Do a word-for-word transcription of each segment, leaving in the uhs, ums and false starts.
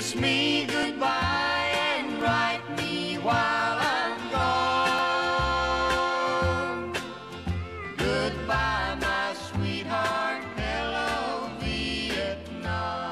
kiss me goodbye and write me while I'm gone. Goodbye, my sweetheart, hello, Vietnam.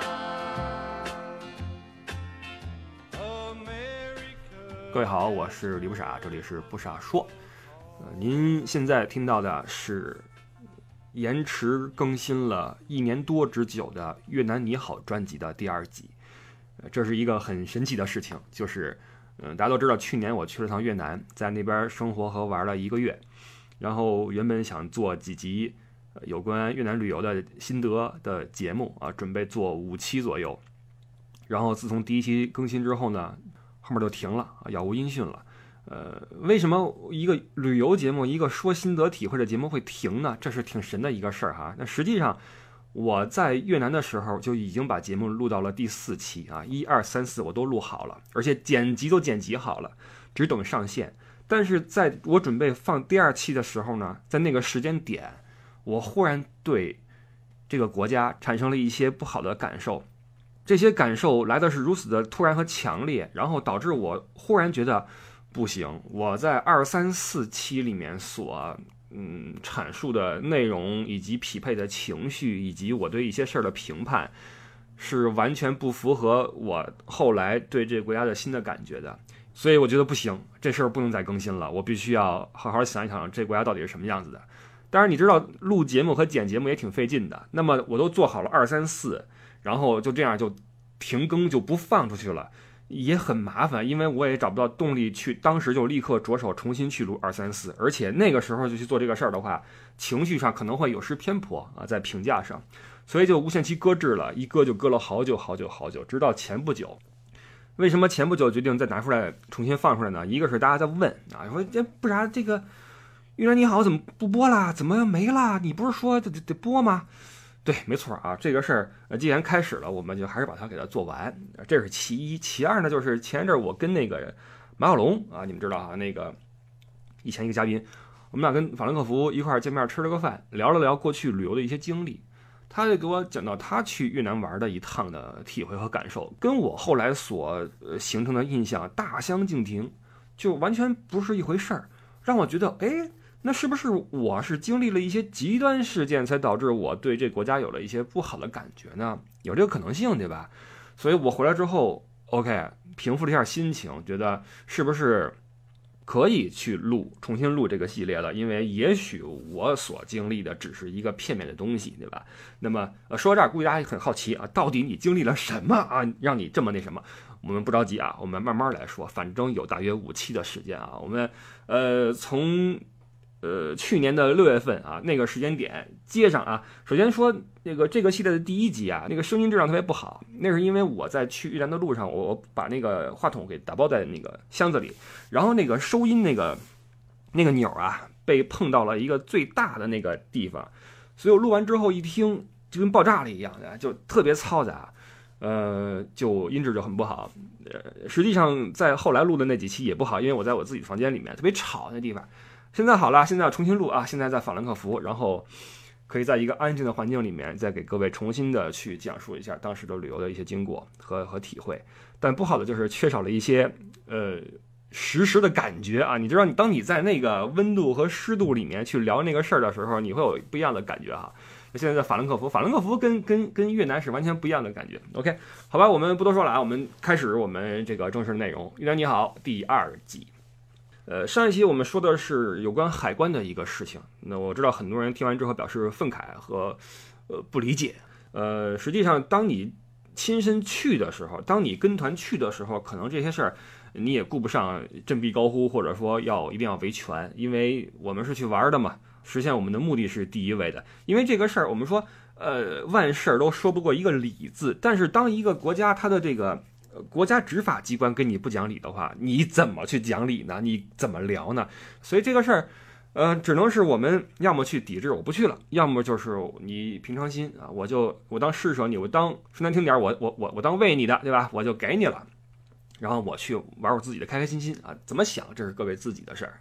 America. 各位好，我是李不傻，这里是不傻说。呃，您现在听到的是延迟更新了一年多之久的《越南你好》专辑的第二集。呃，这是一个很神奇的事情，就是，嗯、呃，大家都知道，去年我去了趟越南，在那边生活和玩了一个月，然后原本想做几集、呃、有关越南旅游的心得的节目啊，准备做五期左右，然后自从第一期更新之后呢，后面就停了，杳无音讯了。呃，为什么一个旅游节目，一个说心得体会的节目会停呢？这是挺神的一个事儿哈。那实际上我在越南的时候就已经把节目录到了第四期啊，一二三四我都录好了，而且剪辑都剪辑好了，只等上线。但是在我准备放第二期的时候呢，在那个时间点，我忽然对这个国家产生了一些不好的感受。这些感受来的是如此的突然和强烈，然后导致我忽然觉得不行，我在二三四期里面所嗯阐述的内容以及匹配的情绪以及我对一些事儿的评判是完全不符合我后来对这个国家的新的感觉的，所以我觉得不行，这事儿不能再更新了，我必须要好好想一想这个国家到底是什么样子的。当然你知道录节目和剪节目也挺费劲的，那么我都做好了二三四，然后就这样就停更就不放出去了，也很麻烦，因为我也找不到动力去当时就立刻着手重新去录二三四，而且那个时候就去做这个事儿的话，情绪上可能会有失偏颇啊，在评价上，所以就无限期搁置了，一搁就搁了好久好久好久，直到前不久。为什么前不久决定再拿出来重新放出来呢？一个是大家在问啊，说这不然这个越南你好怎么不播啦？怎么没啦？你不是说得得播吗？对，没错啊，这个事儿，呃，既然开始了，我们就还是把它给它做完，这是其一。其二呢，就是前一阵我跟那个马小龙啊，你们知道啊，那个以前一个嘉宾，我们俩跟法兰克福一块儿见面吃了个饭，聊了聊过去旅游的一些经历，他就给我讲到他去越南玩的一趟的体会和感受，跟我后来所呃形成的印象大相径庭，就完全不是一回事儿，让我觉得，哎。那是不是我是经历了一些极端事件才导致我对这国家有了一些不好的感觉呢？有这个可能性，对吧？所以我回来之后 OK 平复了一下心情，觉得是不是可以去录重新录这个系列了，因为也许我所经历的只是一个片面的东西，对吧？那么呃说到这儿估计大家也很好奇啊，到底你经历了什么啊让你这么那什么？我们不着急啊，我们慢慢来说，反正有大约五期的时间啊，我们呃从呃，去年的六月份啊，那个时间点接上啊。首先说那个这个系列的第一集啊，那个声音质量特别不好，那是因为我在去越南的路上，我把那个话筒给打包在那个箱子里，然后那个收音那个那个钮啊，被碰到了一个最大的那个地方，所以我录完之后一听就跟爆炸了一样的，就特别嘈杂，呃，就音质就很不好。呃，实际上在后来录的那几期也不好，因为我在我自己房间里面特别吵那地方。现在好了，现在要重新录啊！现在在法兰克福，然后可以在一个安静的环境里面，再给各位重新的去讲述一下当时的旅游的一些经过和和体会。但不好的就是缺少了一些呃实时的感觉啊！你知道，你当你在那个温度和湿度里面去聊那个事儿的时候，你会有不一样的感觉哈。现在在法兰克福，法兰克福跟跟跟越南是完全不一样的感觉。OK， 好吧，我们不多说了啊，我们开始我们这个正式内容。越南你好，第二集。呃，上一期我们说的是有关海关的一个事情，那我知道很多人听完之后表示愤慨和呃不理解。呃，实际上当你亲身去的时候，当你跟团去的时候，可能这些事儿你也顾不上振臂高呼，或者说要一定要维权，因为我们是去玩的嘛，实现我们的目的是第一位的。因为这个事儿，我们说呃万事都说不过一个理字，但是当一个国家它的这个国家执法机关跟你不讲理的话，你怎么去讲理呢？你怎么聊呢？所以这个事儿，呃，只能是我们要么去抵制，我不去了；要么就是你平常心啊，我就我当施舍你，我当说难听点，我我我我当喂你的，对吧？我就给你了，然后我去玩我自己的，开开心心啊，怎么想这是各位自己的事儿。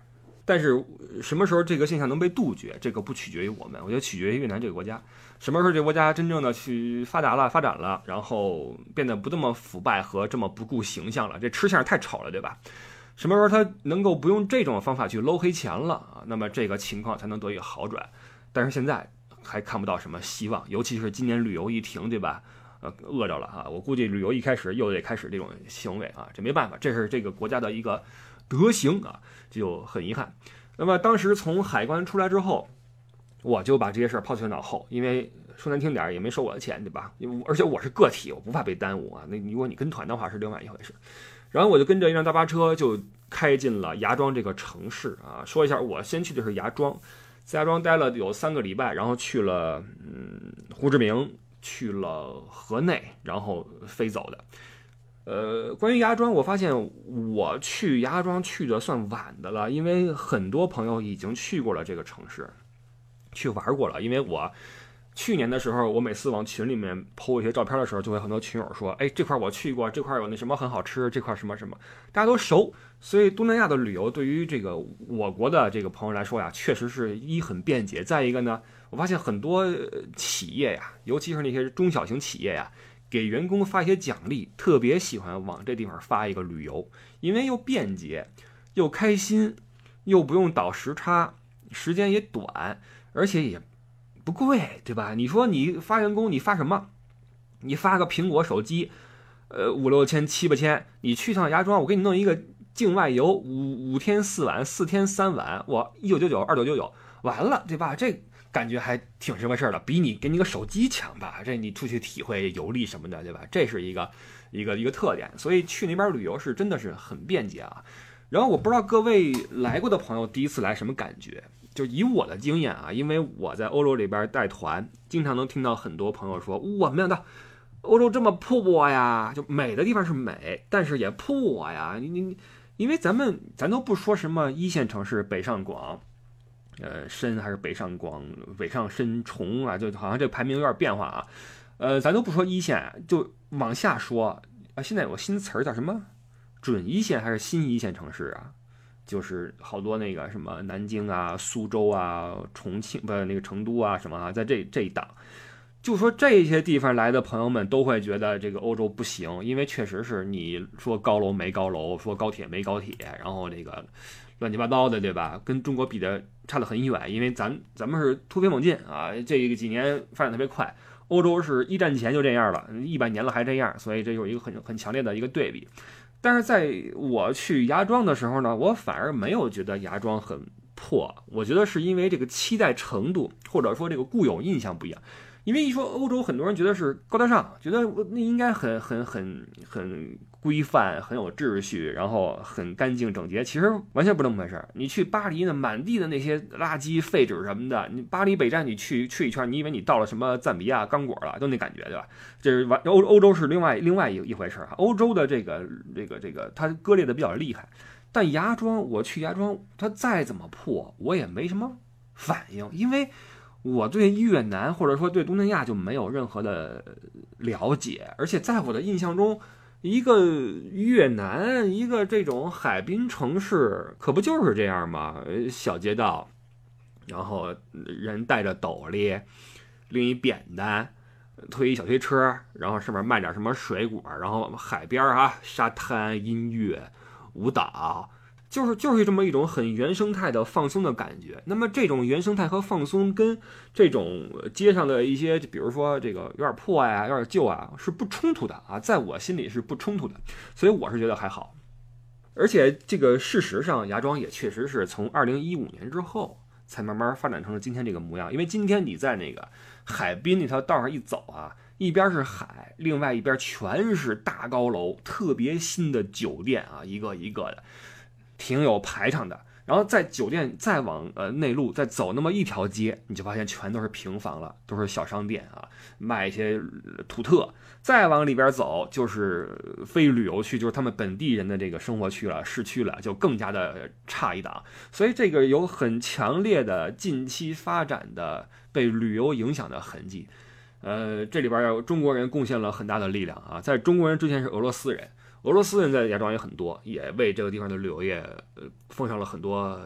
但是什么时候这个现象能被杜绝，这个不取决于我们，我觉得取决于越南这个国家。什么时候这个国家真正的去发达了、发展了，然后变得不这么腐败和这么不顾形象了，这吃相太丑了，对吧？什么时候他能够不用这种方法去搂黑钱了啊？那么这个情况才能得以好转。但是现在还看不到什么希望，尤其是今年旅游一停，对吧？呃，饿着了啊！我估计旅游一开始又得开始这种行为啊，这没办法，这是这个国家的一个德行啊，就很遗憾。那么当时从海关出来之后，我就把这些事儿抛去脑后，因为说难听点也没收我的钱，对吧？而且我是个体，我不怕被耽误啊。那如果你跟团的话是另外一回事。然后我就跟着一辆大巴车就开进了芽庄这个城市啊。说一下，我先去的是芽庄，在芽庄待了有三个礼拜，然后去了嗯胡志明。去了河内，然后飞走的。呃，关于芽庄，我发现我去芽庄去的算晚的了，因为很多朋友已经去过了这个城市，去玩过了。因为我去年的时候，我每次往群里面 po 一些照片的时候，就会很多群友说：“哎，这块我去过，这块有那什么很好吃，这块什么什么，大家都熟。”所以东南亚的旅游对于这个我国的这个朋友来说呀，确实是一很便捷，再一个呢。我发现很多企业呀，尤其是那些中小型企业呀，给员工发一些奖励，特别喜欢往这地方发一个旅游，因为又便捷，又开心，又不用倒时差，时间也短，而且也不贵，对吧？你说你发员工，你发什么？你发个苹果手机，呃，五六千、七八千，你去趟芽庄，我给你弄一个境外游，五五天四晚，四天三晚，我一九九九，二九九九，完了，对吧？这感觉还挺什么事儿的，比你给你个手机强吧？这你出去体会游历什么的，对吧？这是一个一个一个特点，所以去那边旅游是真的是很便捷啊。然后我不知道各位来过的朋友第一次来什么感觉，就以我的经验啊，因为我在欧洲里边带团，经常能听到很多朋友说，哇，没想到欧洲这么破呀！就美的地方是美，但是也破呀。你你因为咱们咱都不说什么一线城市北上广。呃，深还是北上广、北上深重啊，就好像这个排名有点变化啊。呃，咱都不说一线，就往下说啊。现在有个新词儿叫什么？准一线还是新一线城市啊？就是好多那个什么南京啊、苏州啊、重庆不那个成都啊什么啊，在这这一档。就说这些地方来的朋友们都会觉得这个欧洲不行，因为确实是你说高楼没高楼，说高铁没高铁，然后这个乱七八糟的，对吧？跟中国比的差得很远，因为咱咱们是突飞猛进啊，这个几年发展特别快，欧洲是一战前就这样了，一百年了还这样，所以这有一个很很强烈的一个对比。但是在我去芽庄的时候呢，我反而没有觉得芽庄很破，我觉得是因为这个期待程度或者说这个固有印象不一样。因为一说欧洲，很多人觉得是高大上，觉得那应该很很很很规范，很有秩序，然后很干净整洁。其实完全不那么回事。你去巴黎呢，满地的那些垃圾废纸什么的，你巴黎北站你去去一圈，你以为你到了什么赞比亚刚果了，就那感觉，对吧？这是完欧欧洲是另外另外一一回事啊。欧洲的这个这个这个它割裂的比较厉害，但芽庄我去芽庄，它再怎么破，我也没什么反应，因为。我对越南或者说对东南亚就没有任何的了解，而且在我的印象中，一个越南，一个这种海滨城市，可不就是这样吗？小街道，然后人带着斗笠，拎一扁担，推一小推车，然后上面卖点什么水果，然后海边啊，沙滩、音乐、舞蹈。就是就是这么一种很原生态的放松的感觉。那么这种原生态和放松跟这种街上的一些，比如说这个有点破呀、有点旧啊，是不冲突的啊，在我心里是不冲突的，所以我是觉得还好。而且这个事实上，芽庄也确实是从二零一五年之后才慢慢发展成了今天这个模样。因为今天你在那个海滨那条道上一走啊，一边是海，另外一边全是大高楼，特别新的酒店啊，一个一个的。挺有排场的，然后在酒店再往呃内陆再走那么一条街，你就发现全都是平房了，都是小商店啊，卖一些土特。再往里边走就是非旅游区，就是他们本地人的这个生活区了，市区了，就更加的差一档。所以这个有很强烈的近期发展的被旅游影响的痕迹。呃，这里边有中国人贡献了很大的力量啊，在中国人之前是俄罗斯人。俄罗斯人在芽庄也很多，也为这个地方的旅游业呃奉上了很多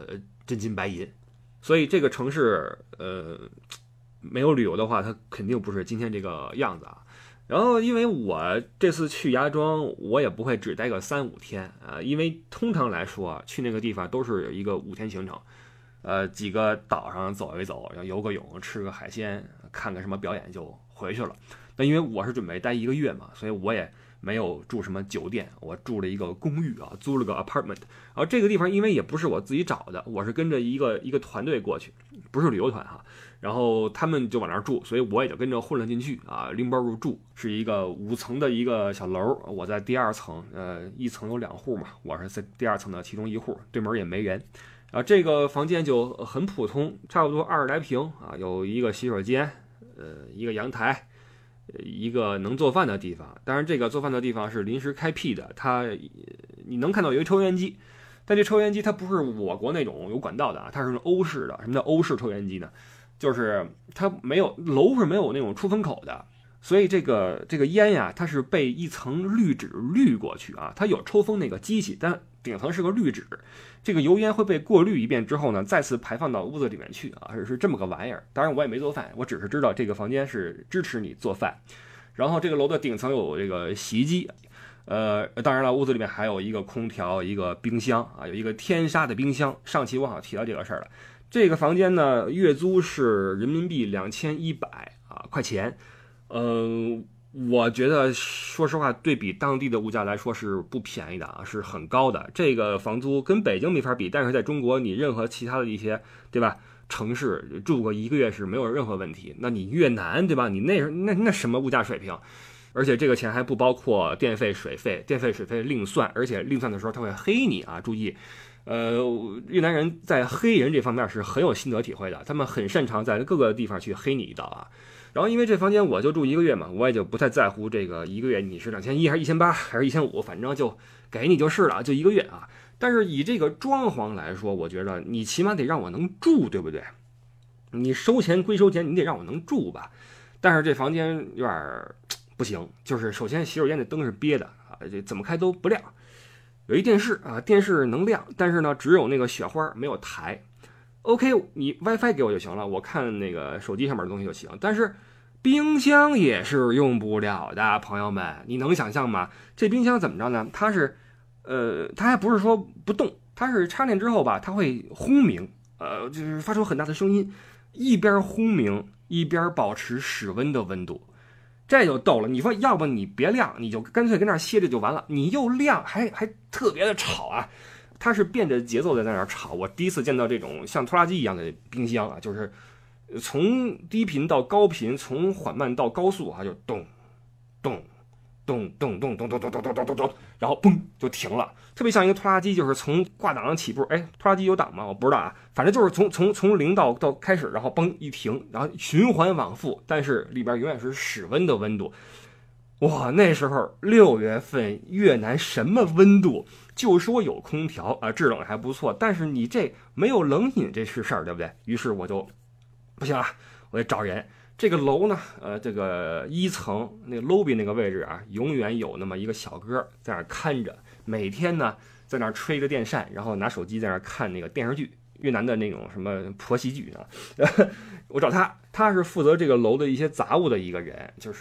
真金白银。所以这个城市，呃，没有旅游的话，它肯定不是今天这个样子啊。然后，因为我这次去芽庄，我也不会只待个三五天啊、呃，因为通常来说，去那个地方都是有一个五天行程，呃，几个岛上走一走，然后游个泳，吃个海鲜，看个什么表演就回去了。那因为我是准备待一个月嘛，所以我也没有住什么酒店，我住了一个公寓啊，租了个 apartment。然后这个地方因为也不是我自己找的，我是跟着一个一个团队过去，不是旅游团哈。然后他们就往那儿住，所以我也就跟着混了进去啊，拎包入住，是一个五层的一个小楼，我在第二层，呃，一层有两户嘛，我是在第二层的其中一户，对门也没人。啊，这个房间就很普通，差不多二十来平啊，有一个洗手间，呃，一个阳台，一个能做饭的地方。当然，这个做饭的地方是临时开辟的，它你能看到有一个抽烟机，但这抽烟机它不是我国那种有管道的啊，它是欧式的。什么叫欧式抽烟机呢？就是它没有楼是没有那种出风口的，所以这个这个烟呀，它是被一层滤纸滤过去啊。它有抽风那个机器，但顶层是个滤纸，这个油烟会被过滤一遍之后呢，再次排放到屋子里面去啊，是是这么个玩意儿。当然我也没做饭，我只是知道这个房间是支持你做饭。然后这个楼的顶层有这个洗衣机，呃，当然了，屋子里面还有一个空调，一个冰箱啊，有一个天杀的冰箱。上期我好像提到这个事儿了。这个房间呢，月租是人民币两千一百啊块钱，嗯、呃。我觉得说实话，对比当地的物价来说是不便宜的啊，是很高的。这个房租跟北京没法比，但是在中国，你任何其他的一些，对吧？城市住个一个月是没有任何问题。那你越南，对吧？你那那那什么物价水平？而且这个钱还不包括电费、水费，电费、水费另算，而且另算的时候他会黑你啊！注意，呃，越南人在黑人这方面是很有心得体会的，他们很擅长在各个地方去黑你一刀啊。然后因为这房间我就住一个月嘛，我也就不太在乎这个一个月你是两千一还是一千八还是一千五，反正就给你就是了，就一个月啊。但是以这个装潢来说，我觉得你起码得让我能住，对不对？你收钱归收钱，你得让我能住吧。但是这房间有点不行，就是首先洗手间的灯是憋的啊，这怎么开都不亮。有一电视啊，电视能亮，但是呢只有那个雪花没有台。OK， 你 WiFi 给我就行了，我看那个手机上面的东西就行。但是冰箱也是用不了的，朋友们，你能想象吗？这冰箱怎么着呢？它是，呃，它还不是说不动，它是插电之后吧，它会轰鸣，呃，就是发出很大的声音，一边轰鸣一边保持室温的温度，这就逗了。你说要不你别亮，你就干脆跟那儿歇着就完了，你又亮还还特别的吵啊。它是变着节奏的在那儿吵，我第一次见到这种像拖拉机一样的冰箱啊，就是从低频到高频，从缓慢到高速啊，就咚咚咚咚咚咚咚咚咚咚咚咚，然后嘣就停了，特别像一个拖拉机，就是从挂档上起步，哎，拖拉机有档吗？我不知道啊，反正就是从从从零到到开始，然后嘣一停，然后循环往复，但是里边永远是室温的温度。哇，那时候六月份越南什么温度？就说有空调啊，制冷还不错，但是你这没有冷饮这是事儿，对不对？于是我就不行了，我得找人。这个楼呢，呃，这个一层那个 lobby 那个位置啊，永远有那么一个小哥在那儿看着，每天呢在那儿吹着电扇，然后拿手机在那儿看那个电视剧，越南的那种什么婆媳剧啊。我找他，他是负责这个楼的一些杂物的一个人，就是。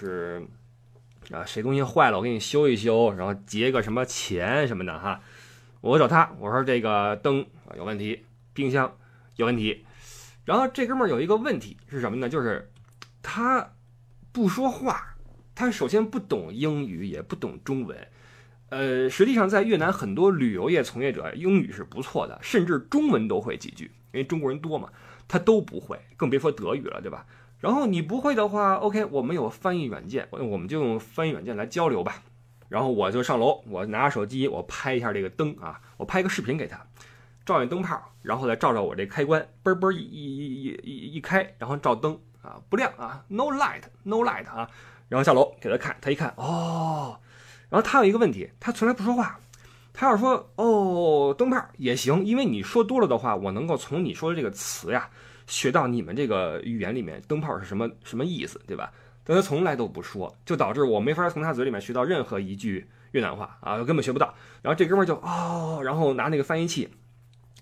啊，谁东西坏了，我给你修一修，然后结个什么钱什么的哈。我找他，我说这个灯有问题，冰箱有问题。然后这哥们儿有一个问题是什么呢？就是他不说话，他首先不懂英语，也不懂中文。呃，实际上在越南很多旅游业从业者英语是不错的，甚至中文都会几句，因为中国人多嘛，他都不会，更别说德语了，对吧？然后你不会的话 ，OK， 我们有翻译软件，我们就用翻译软件来交流吧。然后我就上楼，我拿着手机，我拍一下这个灯啊，我拍个视频给他，照眼灯泡，然后再照照我这开关，嘣嘣一一一一一开，然后照灯啊，不亮啊 ，no light，no light 啊，然后下楼给他看，他一看哦，然后他有一个问题，他从来不说话。他要是说哦灯泡也行，因为你说多了的话，我能够从你说的这个词呀。学到你们这个语言里面灯泡是什么什么意思，对吧？但他从来都不说，就导致我没法从他嘴里面学到任何一句越南话啊，根本学不到。然后这哥们就哦，然后拿那个翻译器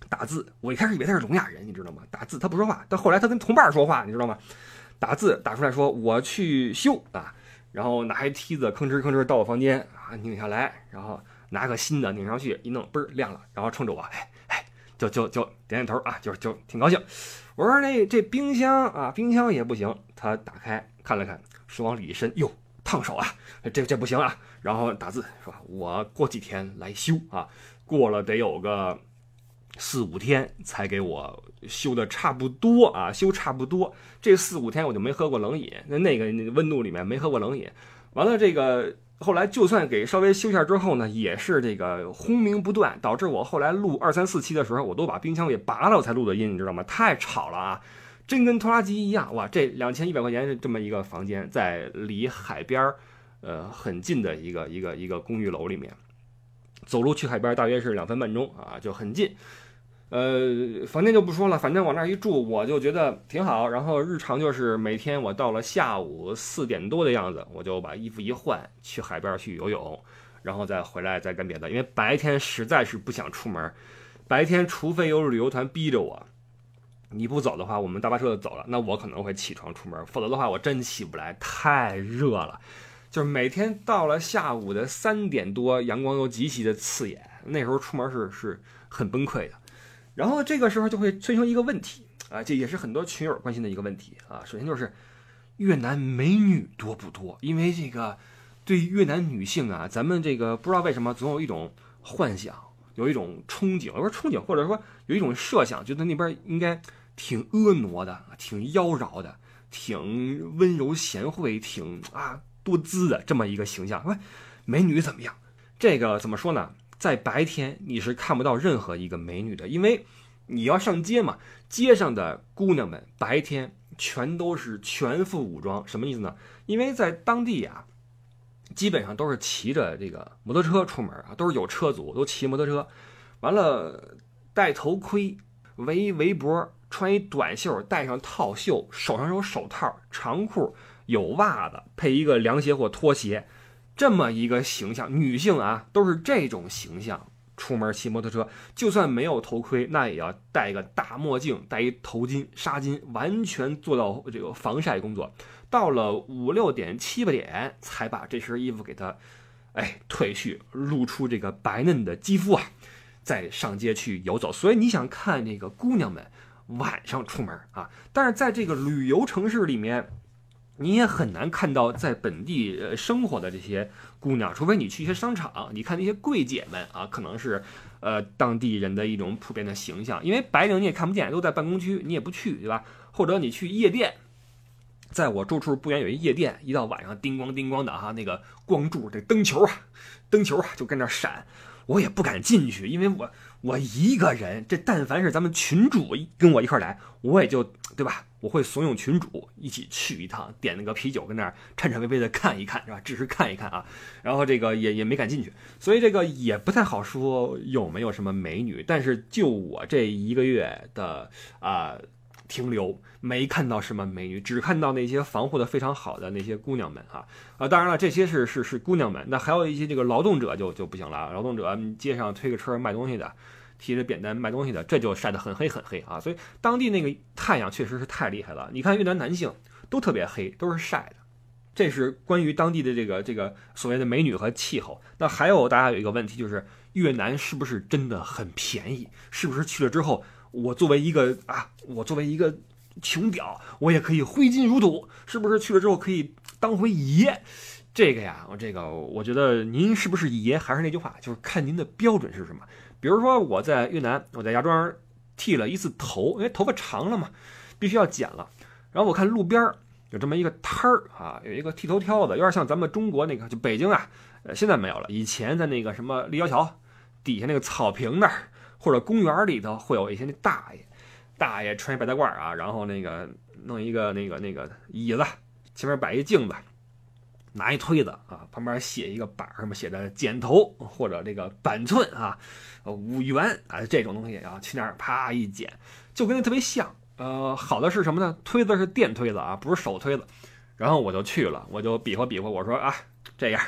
打字，我一开始以为他是聋哑人，你知道吗？打字他不说话，但后来他跟同伴说话，你知道吗？打字打出来说我去修啊，然后拿一梯子吭哧吭哧到我房间啊，拧下来，然后拿个新的拧上去，一弄嘣儿亮了，然后冲着我，哎哎，就就就点点头啊，就就挺高兴。我说那这冰箱啊，冰箱也不行，他打开看了看，手往里一伸，哟，烫手啊，这这不行啊，然后打字说我过几天来修啊，过了得有个四五天才给我修的差不多啊，修差不多。这四五天我就没喝过冷饮，那那个温度里面没喝过冷饮。完了，这个后来就算给稍微修一下之后呢，也是这个轰鸣不断，导致我后来录二三四期的时候，我都把冰箱给拔了我才录的音，你知道吗？太吵了啊，真跟拖拉机一样。哇，这两千一百块钱这么一个房间，在离海边呃很近的一个一个一个公寓楼里面，走路去海边大约是两分半钟啊，就很近。呃，房间就不说了，反正往那儿一住，我就觉得挺好。然后日常就是每天我到了下午四点多的样子，我就把衣服一换，去海边去游泳，然后再回来再干别的。因为白天实在是不想出门，白天除非有旅游团逼着我，你不走的话，我们大巴车就走了，那我可能会起床出门，否则的话我真起不来，太热了。就是每天到了下午的三点多，阳光又极其的刺眼，那时候出门是是很崩溃的。然后这个时候就会催生一个问题啊，这也是很多群友关心的一个问题啊。首先就是越南美女多不多？因为这个对越南女性啊，咱们这个不知道为什么总有一种幻想，有一种憧憬，或者憧憬，或者说有一种设想，觉得那边应该挺婀娜的，挺妖娆的，挺温柔贤惠，挺啊多姿的这么一个形象。喂，美女怎么样？这个怎么说呢？在白天你是看不到任何一个美女的，因为你要上街嘛，街上的姑娘们白天全都是全副武装。什么意思呢？因为在当地啊，基本上都是骑着这个摩托车出门啊，都是有车族，都骑摩托车，完了戴头盔，围围脖，穿一短袖，戴上套袖，手上有手套，长裤，有袜子，配一个凉鞋或拖鞋。这么一个形象，女性啊都是这种形象出门骑摩托车，就算没有头盔，那也要戴一个大墨镜，戴一头巾、纱巾，完全做到这个防晒工作。到了五六点、七八点，才把这身衣服给它，哎，褪去，露出这个白嫩的肌肤啊，再上街去游走。所以你想看这个姑娘们晚上出门啊，但是在这个旅游城市里面，你也很难看到在本地生活的这些姑娘，除非你去一些商场，你看那些柜姐们啊，可能是呃当地人的一种普遍的形象，因为白领你也看不见，都在办公区，你也不去，对吧？或者你去夜店，在我住处不远有一夜店，一到晚上叮咣叮咣的哈，那个光柱这灯球啊，灯球啊就跟那闪，我也不敢进去，因为我我一个人，这但凡是咱们群主跟我一块来，我也就对吧？我会怂恿群主一起去一趟，点那个啤酒跟那儿颤颤巍巍的看一看，是吧？只是看一看啊，然后这个也也没敢进去，所以这个也不太好说有没有什么美女。但是就我这一个月的啊、呃、停留，没看到什么美女，只看到那些防护的非常好的那些姑娘们啊啊！当然了，这些是是是姑娘们，那还有一些这个劳动者就就不行了，劳动者街上推个车卖东西的。提着扁担卖东西的，这就晒得很黑很黑啊！所以当地那个太阳确实是太厉害了。你看越南男性都特别黑，都是晒的。这是关于当地的这个这个所谓的美女和气候。那还有大家有一个问题，就是越南是不是真的很便宜？是不是去了之后，我作为一个啊，我作为一个穷屌，我也可以挥金如土？是不是去了之后可以当回爷？这个呀，我这个我觉得您是不是爷，还是那句话，就是看您的标准是什么。比如说我在越南，我在芽庄剃了一次头，因为头发长了嘛，必须要剪了。然后我看路边有这么一个摊儿啊，有一个剃头挑子，有点像咱们中国那个，就北京啊，呃，现在没有了。以前在那个什么立交桥底下那个草坪那儿，或者公园里头，会有一些那大爷，大爷穿一白大褂啊，然后那个弄一个那个那个椅子，前面摆一镜子。拿一推子啊，旁边写一个板上面写的剪头或者这个板寸啊，五元啊这种东西啊，去那儿啪一剪，就跟那特别像。呃，好的是什么呢？推子是电推子啊，不是手推子。然后我就去了，我就比划比划，我说啊，这样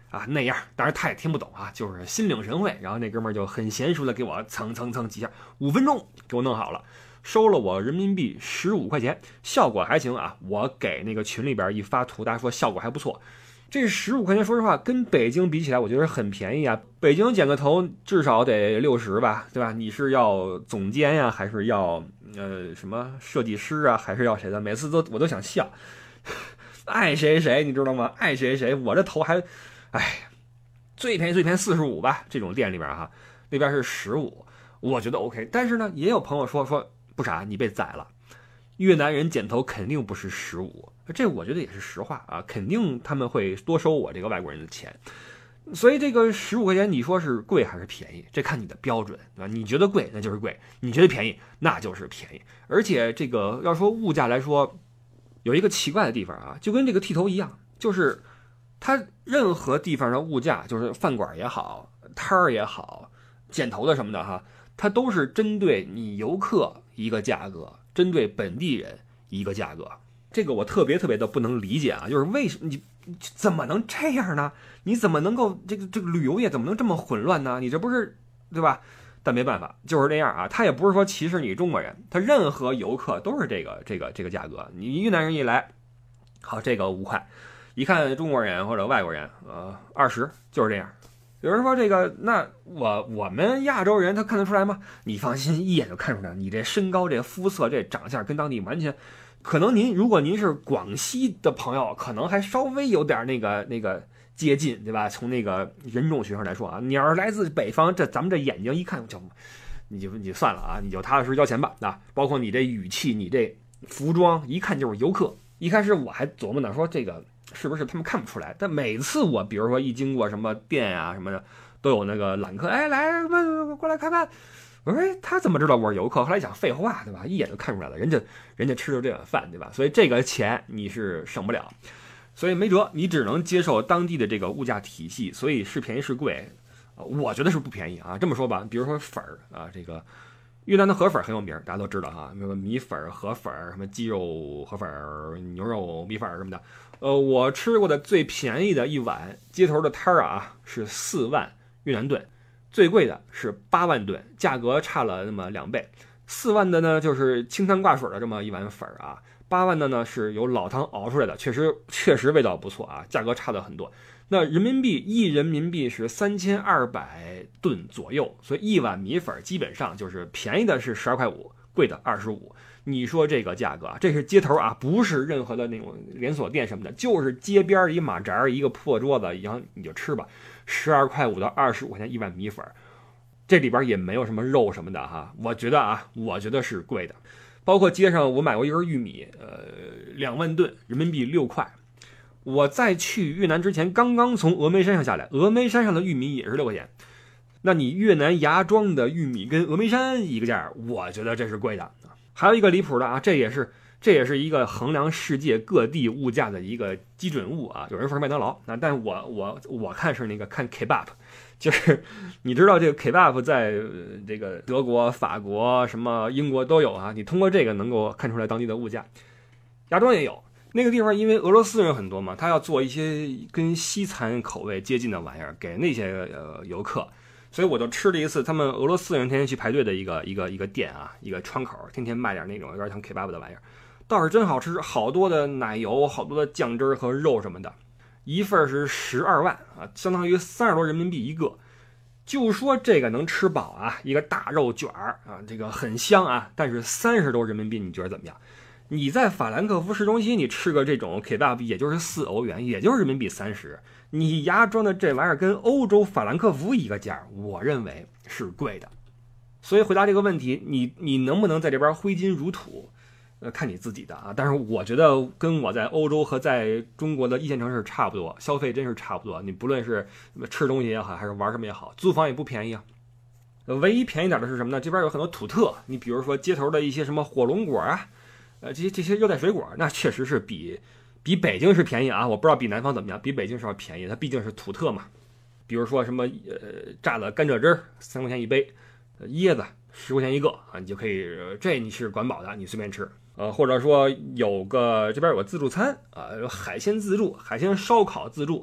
啊那样，当然他也听不懂啊，就是心领神会。然后那哥们儿就很娴熟的给我蹭蹭蹭几下，五分钟给我弄好了，收了我人民币十五块钱，效果还行啊。我给那个群里边一发图，大家说效果还不错。这十五块钱，说实话跟北京比起来，我觉得很便宜啊。北京剪个头至少得六十吧，对吧？你是要总监呀，还是要呃什么设计师啊，还是要谁的？每次都我都想笑，爱谁谁，你知道吗？爱谁谁，我这头还，哎，最便宜最便宜四十五吧，这种店里边哈，那边是十五，我觉得 OK。但是呢，也有朋友说说不傻，你被宰了。越南人剪头肯定不是十五，这我觉得也是实话啊，肯定他们会多收我这个外国人的钱。所以这个十五块钱，你说是贵还是便宜？这看你的标准，对吧？你觉得贵那就是贵，你觉得便宜那就是便宜。而且这个要说物价来说，有一个奇怪的地方啊，就跟这个剃头一样，就是它任何地方的物价，就是饭馆也好，摊儿也好，剪头的什么的哈，它都是针对你游客一个价格，针对本地人一个价格。这个我特别特别的不能理解啊，就是为什么你怎么能这样呢？你怎么能够这个这个旅游业怎么能这么混乱呢？你这不是对吧？但没办法，就是这样啊。他也不是说歧视你中国人，他任何游客都是这个这个这个价格。你越南人一来，好，这个五块，一看中国人或者外国人，呃，二十，就是这样。有人说这个，那我我们亚洲人他看得出来吗？你放心，一眼就看出来，你这身高、这肤色、这长相跟当地完全。可能您如果您是广西的朋友，可能还稍微有点那个那个接近，对吧？从那个人种学上来说啊，你要是来自北方，这咱们这眼睛一看就，你就你就算了啊，你就踏踏实实交钱吧啊！包括你这语气，你这服装，一看就是游客。一开始我还琢磨呢，说这个是不是他们看不出来？但每次我比如说一经过什么店啊什么的，都有那个揽客，哎来过来看看。我说他怎么知道我是游客？后来想废话，对吧？一眼就看出来了，人家人家吃的这碗饭，对吧？所以这个钱你是省不了，所以没辙，你只能接受当地的这个物价体系。所以是便宜是贵，我觉得是不便宜啊。这么说吧，比如说粉儿啊，这个越南的河粉很有名，大家都知道哈，什么米粉、河粉、什么鸡肉河粉、牛肉米粉什么的。呃，我吃过的最便宜的一碗街头的摊儿啊，是四万越南盾。最贵的是八万吨，价格差了那么两倍。四万的呢，就是清汤挂水的这么一碗粉啊；八万的呢，是由老汤熬出来的，确实确实味道不错啊，价格差的很多。那人民币一人民币是三千二百吨左右，所以一碗米粉基本上就是便宜的是十二块五，贵的二十五。你说这个价格啊，这是街头啊，不是任何的那种连锁店什么的，就是街边一马扎一个破桌子，然后你就吃吧。十二块五到二十五块钱一碗米粉，这里边也没有什么肉什么的哈。我觉得啊，我觉得是贵的。包括街上我买过一根玉米，呃，两万吨，人民币六块。我在去越南之前，刚刚从峨眉山上下来，峨眉山上的玉米也是六块钱。那你越南芽庄的玉米跟峨眉山一个价，我觉得这是贵的。还有一个离谱的啊，这也是。这也是一个衡量世界各地物价的一个基准物啊。有人说是麦当劳，啊，但我我我看是那个看 kebab， 就是你知道这个 kebab 在这个德国、法国、什么英国都有啊。你通过这个能够看出来当地的物价。芽庄也有，那个地方因为俄罗斯人很多嘛，他要做一些跟西餐口味接近的玩意儿给那些呃游客。所以我就吃了一次他们俄罗斯人天天去排队的一个一个一个店啊，一个窗口，天天卖点那种有点像 kebab 的玩意儿。倒是真好吃，好多的奶油，好多的酱汁和肉什么的，一份是十二万啊，相当于三十多人民币一个。就说这个能吃饱啊，一个大肉卷儿啊，这个很香啊，但是三十多人民币，你觉得怎么样？你在法兰克福市中心，你吃个这种 kebab 也就是四欧元，也就是人民币三十。你芽庄的这玩意儿跟欧洲法兰克福一个价，我认为是贵的。所以回答这个问题，你你能不能在这边挥金如土？呃，看你自己的啊，但是我觉得跟我在欧洲和在中国的一线城市差不多，消费真是差不多。你不论是吃东西也好，还是玩什么也好，租房也不便宜啊。唯一便宜点的是什么呢？这边有很多土特，你比如说街头的一些什么火龙果啊，呃，这些这些热带水果，那确实是比比北京是便宜啊。我不知道比南方怎么样，比北京是要便宜，它毕竟是土特嘛。比如说什么呃榨的甘蔗汁三块钱一杯，呃、椰子十块钱一个啊，你就可以，这你是管饱的，你随便吃。呃，或者说有个这边有个自助餐啊，有海鲜自助、海鲜烧烤自助，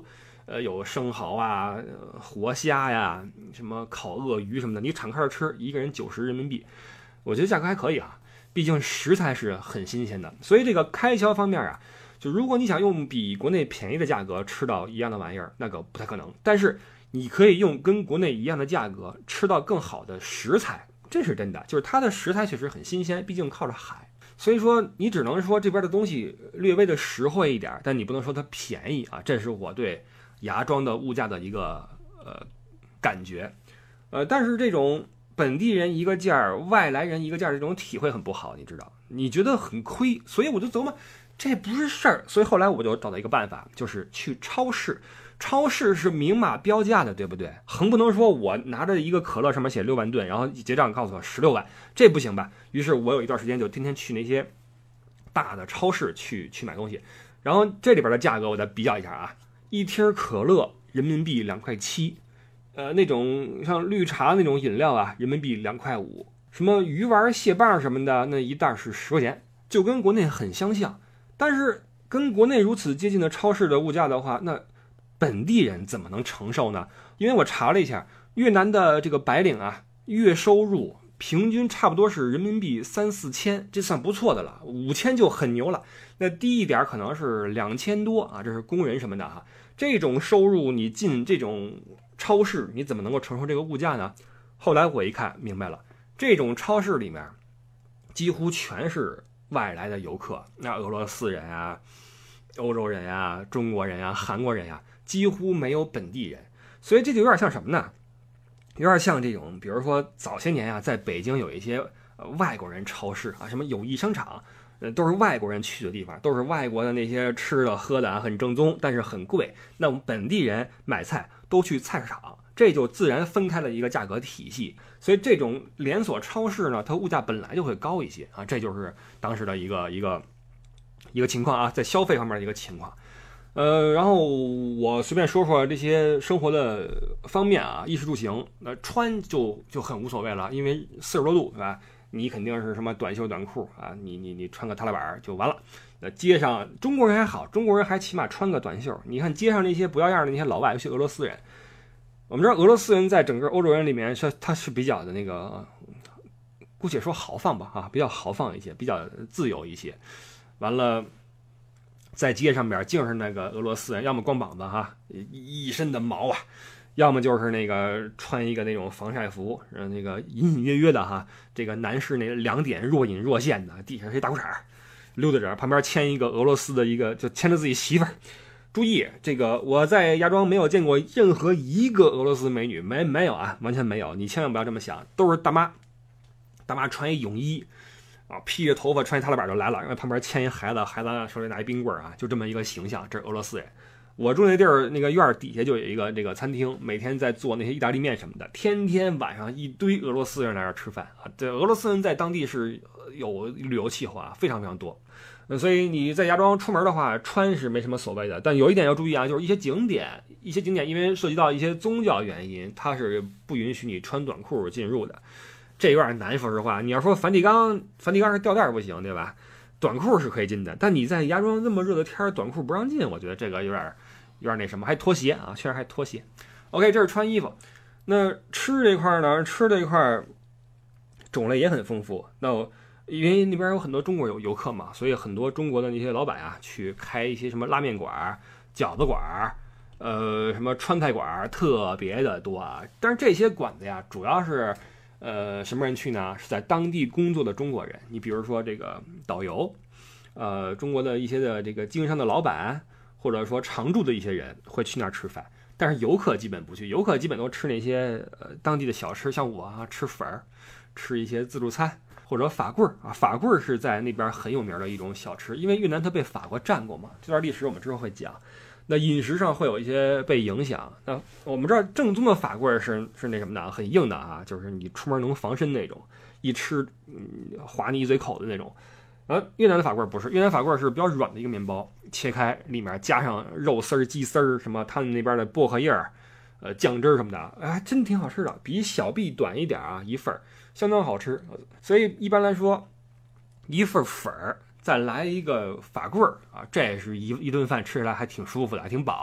呃，有生蚝啊、呃、活虾呀、什么烤鳄鱼什么的，你敞开着吃，一个人九十人民币，我觉得价格还可以啊。毕竟食材是很新鲜的，所以这个开销方面啊，就如果你想用比国内便宜的价格吃到一样的玩意儿，那个不太可能。但是你可以用跟国内一样的价格吃到更好的食材，这是真的，就是它的食材确实很新鲜，毕竟靠着海。所以说你只能说这边的东西略微的实惠一点，但你不能说它便宜啊，这是我对芽庄的物价的一个呃感觉。呃，但是这种本地人一个价儿，外来人一个价儿，这种体会很不好，你知道，你觉得很亏，所以我就琢磨这不是事儿。所以后来我就找到一个办法，就是去超市。超市是明码标价的，对不对？横不能说我拿着一个可乐上面写六万吨，然后结账告诉我十六万，这不行吧？于是我有一段时间就天天去那些大的超市去去买东西，然后这里边的价格我再比较一下啊，一听可乐人民币两块七，呃，那种像绿茶那种饮料啊，人民币两块五，什么鱼丸、蟹棒什么的，那一袋是十块钱，就跟国内很相像。但是跟国内如此接近的超市的物价的话，那本地人怎么能承受呢？因为我查了一下，越南的这个白领啊，月收入平均差不多是人民币三四千，这算不错的了，五千就很牛了。那低一点可能是两千多啊，这是工人什么的哈。这种收入你进这种超市，你怎么能够承受这个物价呢？后来我一看明白了，这种超市里面几乎全是外来的游客，那俄罗斯人啊、欧洲人啊、中国人啊、韩国人啊，几乎没有本地人。所以这就有点像什么呢？有点像这种，比如说早些年啊，在北京有一些、呃、外国人超市啊，什么友谊商场，呃，都是外国人去的地方，都是外国的那些吃的喝的啊，很正宗，但是很贵。那我们本地人买菜都去菜市场，这就自然分开了一个价格体系。所以这种连锁超市呢，它物价本来就会高一些啊，这就是当时的一个一个一个情况啊，在消费方面的一个情况。呃，然后我随便说说这些生活的方面啊，衣食住行，那穿就就很无所谓了，因为四十多度，对吧？你肯定是什么短袖短裤啊，你你你穿个踏拉板就完了。那街上中国人还好，中国人还起码穿个短袖。你看街上那些不要样的那些老外，尤其俄罗斯人，我们知道俄罗斯人在整个欧洲人里面是他是比较的那个，姑且说豪放吧啊，比较豪放一些，比较自由一些。完了。在街上边净是那个俄罗斯人，要么光膀子哈，一身的毛啊，要么就是那个穿一个那种防晒服，那个隐隐约约的哈，这个男士那两点若隐若现的，底下是一大裤衩溜达着，旁边牵一个俄罗斯的一个，就牵着自己媳妇儿。注意，这个我在芽庄没有见过任何一个俄罗斯美女，没没有啊，完全没有，你千万不要这么想，都是大妈，大妈穿一泳衣。啊，披着头发穿一踏拉板就来了，因为旁边牵一孩子，孩子手里拿一冰棍啊，就这么一个形象。这是俄罗斯人。我住那地儿，那个院底下就有一个这个餐厅，每天在做那些意大利面什么的，天天晚上一堆俄罗斯人来这儿吃饭啊。这俄罗斯人在当地是有旅游气候啊，非常非常多。所以你在芽庄出门的话，穿是没什么所谓的，但有一点要注意啊，就是一些景点，一些景点因为涉及到一些宗教原因，它是不允许你穿短裤进入的。这有点难，说实话。你要说梵蒂冈，梵蒂冈是吊带不行，对吧？短裤是可以进的，但你在芽庄那么热的天，短裤不让进，我觉得这个有点有点那什么。还拖鞋啊，确实还拖鞋。OK， 这是穿衣服。那吃这块呢？吃这块种类也很丰富。那因为那边有很多中国游游客嘛，所以很多中国的那些老板啊，去开一些什么拉面馆、饺子馆，呃，什么川菜馆，特别的多啊。但是这些馆子呀，主要是。呃，什么人去呢？是在当地工作的中国人。你比如说这个导游，呃，中国的一些的这个经商的老板，或者说常住的一些人会去那儿吃饭。但是游客基本不去，游客基本都吃那些呃当地的小吃，像我啊吃粉儿，吃一些自助餐或者法棍啊。法棍是在那边很有名的一种小吃，因为越南它被法国占过嘛，这段历史我们之后会讲。那饮食上会有一些被影响。那我们知道正宗的法棍是是那什么的，很硬的啊，就是你出门能防身那种，一吃嗯划你一嘴口的那种。而越南的法棍不是，越南法棍是比较软的一个面包，切开里面加上肉丝儿、鸡丝儿，什么他们那边的薄荷叶儿、呃酱汁什么的，哎，真挺好吃的，比小臂短一点啊，一份相当好吃。所以一般来说，一份粉儿。再来一个法棍儿啊，这是一一顿饭吃起来还挺舒服的，还挺饱。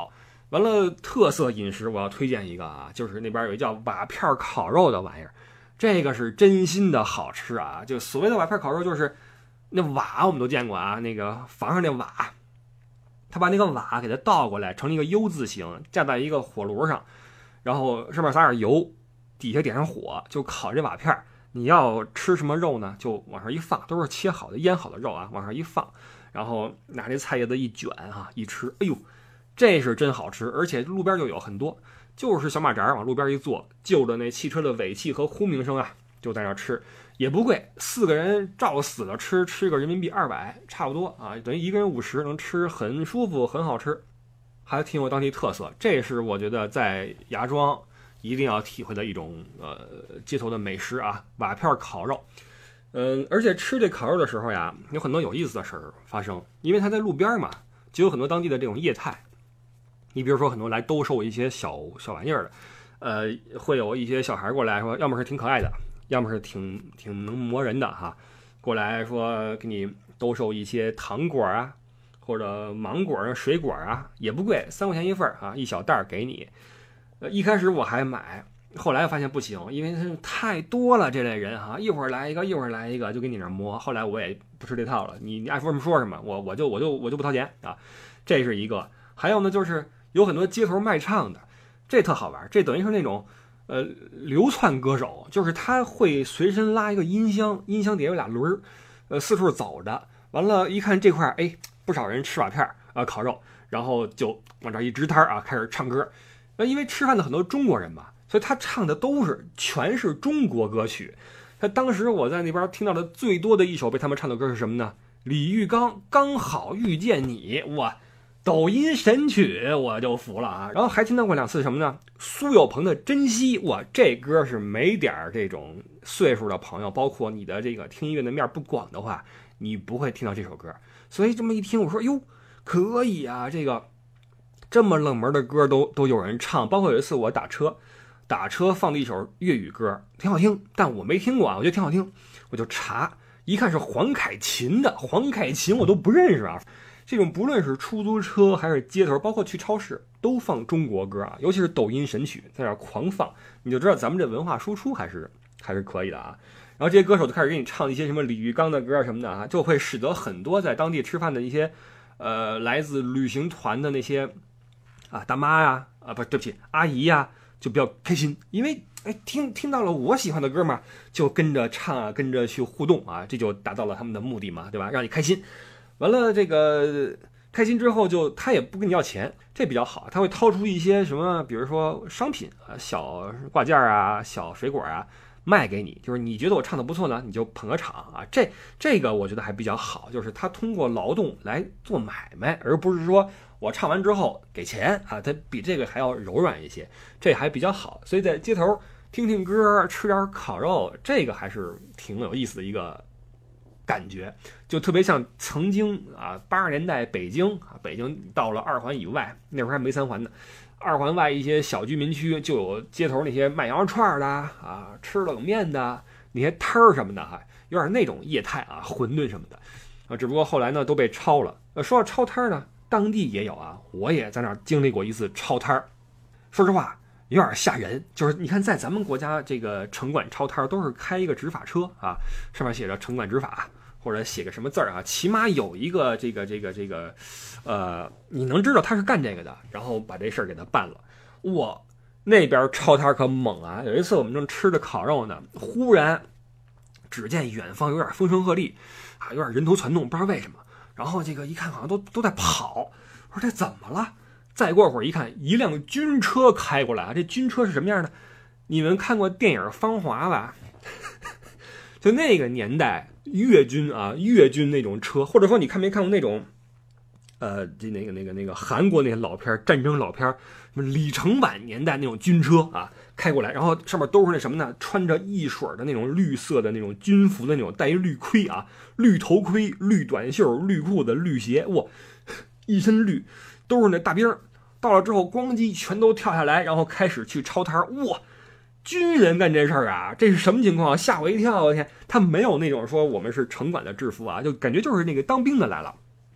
完了，特色饮食我要推荐一个啊，就是那边有一叫瓦片烤肉的玩意儿，这个是真心的好吃啊！就所谓的瓦片烤肉，就是那瓦我们都见过啊，那个房上那瓦，他把那个瓦给它倒过来，成了一个 U 字形，架在一个火炉上，然后上面撒点油，底下点上火，就烤这瓦片。你要吃什么肉呢？就往上一放，都是切好的、腌好的肉啊，往上一放，然后拿这菜叶子一卷啊，一吃，哎呦！这是真好吃，而且路边就有很多，就是小马扎往路边一坐，就着那汽车的尾气和轰鸣声啊，就在那吃，也不贵，四个人照死了吃，吃个人民币二百，差不多啊，等于一个人五十，能吃很舒服，很好吃，还挺有当地特色。这是我觉得在芽庄一定要体会的一种呃街头的美食啊，瓦片烤肉。嗯，而且吃这烤肉的时候呀，有很多有意思的事儿发生，因为它在路边嘛，就有很多当地的这种业态。你比如说很多来兜售一些小小玩意儿的，呃，会有一些小孩过来说，要么是挺可爱的，要么是挺挺能磨人的哈，过来说给你兜售一些糖果啊，或者芒果啊、水果啊，也不贵，三块钱一份啊，一小袋给你。呃，一开始我还买，后来发现不行，因为是太多了这类人哈，一会儿来一个，一会儿来一个，就给你那磨。后来我也不吃这套了，你你爱说什么说什么，我我就我就我就不掏钱啊，这是一个。还有呢，就是有很多街头卖唱的，这特好玩，这等于是那种呃流窜歌手，就是他会随身拉一个音箱，音箱底下有俩轮儿，呃四处走着，完了，一看这块儿，哎，不少人吃瓦片啊、呃、烤肉，然后就往这一支摊啊，开始唱歌。呃，因为吃饭的很多中国人嘛，所以他唱的都是全是中国歌曲。他当时我在那边听到的最多的一首被他们唱的歌是什么呢？李玉刚《刚好遇见你》，哇！抖音神曲我就服了啊，然后还听到过两次什么呢？苏有朋的《珍惜》，哇，这歌是没点这种岁数的朋友，包括你的这个听音乐的面不广的话，你不会听到这首歌。所以这么一听，我说哟，可以啊，这个这么冷门的歌都都有人唱。包括有一次我打车，打车放的一首粤语歌，挺好听，但我没听过啊，我觉得挺好听，我就查，一看是黄凯芹的，黄凯芹我都不认识啊。这种不论是出租车还是街头，包括去超市，都放中国歌啊，尤其是抖音神曲，在那狂放，你就知道咱们这文化输出还是还是可以的啊。然后这些歌手就开始给你唱一些什么李玉刚的歌什么的啊，就会使得很多在当地吃饭的一些呃来自旅行团的那些啊大妈呀啊不对不起阿姨呀，就比较开心，因为哎听听到了我喜欢的歌嘛，就跟着唱啊，跟着去互动啊，这就达到了他们的目的嘛，对吧？让你开心。完了，这个开心之后就他也不跟你要钱，这比较好，他会掏出一些什么，比如说商品啊，小挂件啊，小水果啊，卖给你。就是你觉得我唱的不错呢，你就捧个场啊。这这个我觉得还比较好，就是他通过劳动来做买卖，而不是说我唱完之后给钱啊，他比这个还要柔软一些，这还比较好。所以在街头听听歌，吃点烤肉，这个还是挺有意思的一个感觉，就特别像曾经啊，八十年代北京啊，北京到了二环以外，那会儿还没三环呢，二环外一些小居民区就有街头那些卖羊肉串的啊，吃冷面的那些摊儿什么的哈、啊，有点那种业态啊，馄饨什么的啊，只不过后来呢都被抄了。呃，说到抄摊呢，当地也有啊，我也在那儿经历过一次抄摊儿，说实话有点吓人，就是你看在咱们国家这个城管抄摊都是开一个执法车啊，上面写着城管执法。或者写个什么字儿啊，起码有一个这个这个这个，呃，你能知道他是干这个的，然后把这事儿给他办了。哇，那边抄摊可猛啊！有一次我们正吃着烤肉呢，忽然只见远方有点风声鹤唳啊，有点人头攒动，不知道为什么。然后这个一看好像都都在跑，我说这怎么了？再过会儿一看，一辆军车开过来啊！这军车是什么样的？你们看过电影《芳华》吧？就那个年代。越军啊，越军那种车，或者说你看没看过那种，呃，那个那个那个韩国那些老片战争老片什么李承晚年代那种军车啊，开过来，然后上面都是那什么呢？穿着一水的那种绿色的那种军服的那种，戴一绿盔啊，绿头盔、绿短袖、绿裤子、绿鞋，哇，一身绿，都是那大兵。到了之后，咣叽全都跳下来，然后开始去抄摊，哇！军人干这事儿啊，这是什么情况？吓我一跳！我天，他没有那种说我们是城管的制服啊，就感觉就是那个当兵的来了。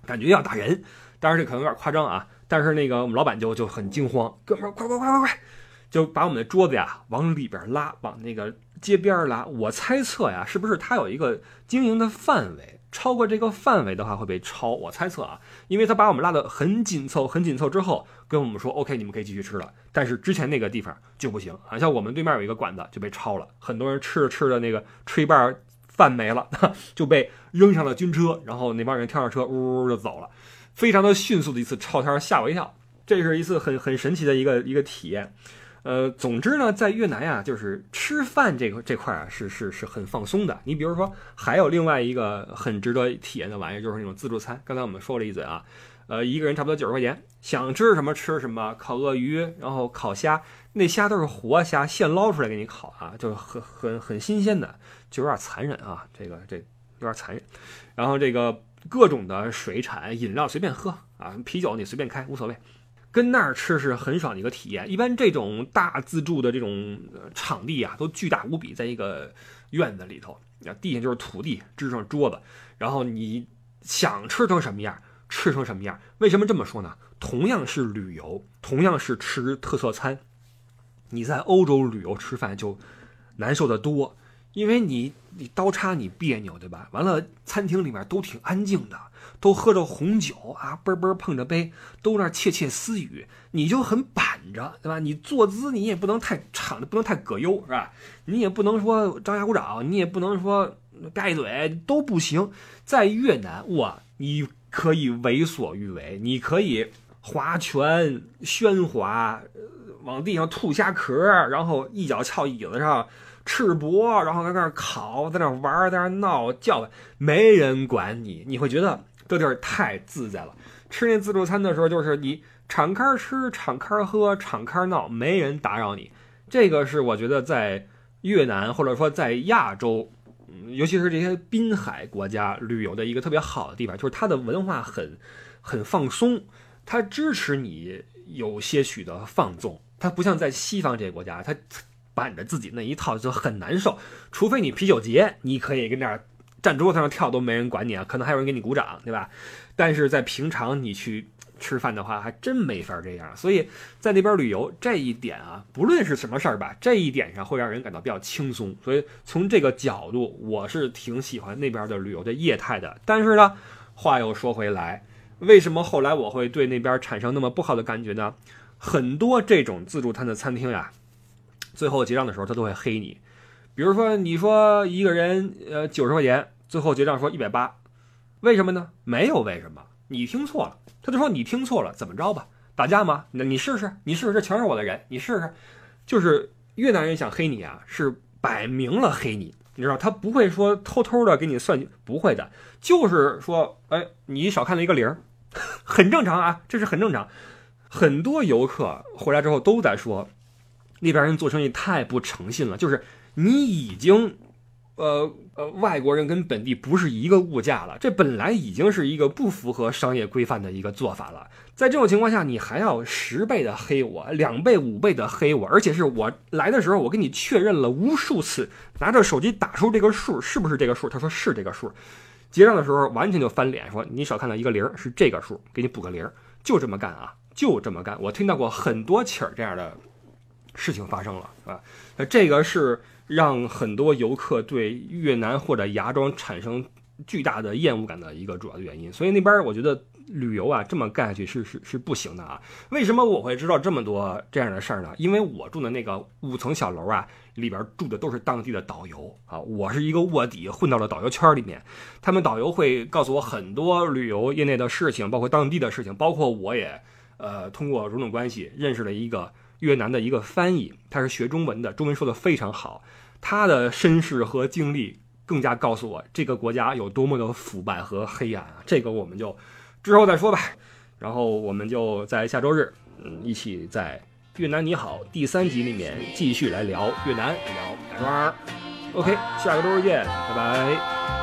感觉要打人。当然这可能有点夸张啊，但是那个我们老板就就很惊慌，哥们儿快快快快快，就把我们的桌子呀往里边拉，往那个街边拉。我猜测呀，是不是他有一个经营的范围，超过这个范围的话会被抄。我猜测啊，因为他把我们拉得很紧凑很紧凑之后跟我们说 OK 你们可以继续吃了，但是之前那个地方就不行啊。像我们对面有一个馆子就被抄了，很多人吃着吃着那个吃一半饭没了就被扔上了军车，然后那帮人跳上车呜呜就走了，非常的迅速的一次抄摊，吓我一跳。这是一次很很神奇的一个一个体验。呃，总之呢，在越南呀，就是吃饭这个这块啊，是是是很放松的。你比如说，还有另外一个很值得体验的玩意，就是那种自助餐。刚才我们说了一嘴啊，呃，一个人差不多九十块钱，想吃什么吃什么，烤鳄鱼，然后烤虾，那虾都是活虾，现捞出来给你烤啊，就很很很新鲜的，就有点残忍啊，这个这有点残忍。然后这个各种的水产饮料随便喝啊，啤酒你随便开无所谓。跟那儿吃是很爽的一个体验。一般这种大自助的这种场地啊，都巨大无比，在一个院子里头，地下就是土地，支上桌子，然后你想吃成什么样，吃成什么样。为什么这么说呢？同样是旅游，同样是吃特色餐，你在欧洲旅游吃饭就难受得多，因为你你刀叉你别扭，对吧？完了，餐厅里面都挺安静的。都喝着红酒啊，啵啵碰着杯，都那窃窃私语，你就很板着，对吧？你坐姿你也不能太敞的，不能太葛优，是吧？你也不能说张牙舞爪，你也不能说盖嘴，都不行。在越南，哇，你可以为所欲为，你可以划拳、喧哗，往地上吐虾壳，然后一脚翘椅子上。赤膊，然后在那儿烤，在那儿玩，在那儿闹叫，没人管你，你会觉得这地儿太自在了。吃那自助餐的时候，就是你敞开吃、敞开喝、敞开闹，没人打扰你。这个是我觉得在越南或者说在亚洲，尤其是这些滨海国家旅游的一个特别好的地方，就是它的文化很很放松，它支持你有些许的放纵。它不像在西方这些国家，它板着自己那一套就很难受，除非你啤酒节，你可以跟那儿站桌子上跳都没人管你啊，可能还有人给你鼓掌，对吧？但是在平常你去吃饭的话，还真没法这样。所以在那边旅游这一点啊，不论是什么事儿吧，这一点上会让人感到比较轻松。所以从这个角度，我是挺喜欢那边的旅游的业态的。但是呢，话又说回来，为什么后来我会对那边产生那么不好的感觉呢？很多这种自助餐的餐厅呀，最后结账的时候他都会黑你。比如说你说一个人呃九十块钱，最后结账说一百八，为什么呢？没有为什么，你听错了。他就说你听错了，怎么着吧？打架吗？那你试试，你试试，这全是我的人，你试试。就是越南人想黑你啊，是摆明了黑你，你知道，他不会说偷偷的给你算计，不会的，就是说，哎，你少看了一个零，很正常啊，这是很正常。很多游客回来之后都在说，那边人做生意太不诚信了，就是你已经，呃呃，外国人跟本地不是一个物价了，这本来已经是一个不符合商业规范的一个做法了。在这种情况下，你还要十倍的黑我，两倍、五倍的黑我，而且是我来的时候我跟你确认了无数次，拿着手机打出这个数，是不是这个数？他说是这个数。结账的时候完全就翻脸，说你少看了一个零，是这个数，给你补个零，就这么干啊，就这么干。我听到过很多起儿这样的事情发生了啊，这个是让很多游客对越南或者芽庄产生巨大的厌恶感的一个主要的原因。所以那边我觉得旅游啊这么干下去是是是不行的啊。为什么我会知道这么多这样的事儿呢？因为我住的那个五层小楼啊，里边住的都是当地的导游啊，我是一个卧底混到了导游圈里面，他们导游会告诉我很多旅游业内的事情，包括当地的事情，包括我也呃通过种种关系认识了一个越南的一个翻译，他是学中文的，中文说的非常好，他的身世和经历更加告诉我这个国家有多么的腐败和黑暗啊！这个我们就之后再说吧。然后我们就在下周日，嗯，一起在越南你好第三集里面继续来聊越南，聊芽庄。OK， 下个周日见，拜拜。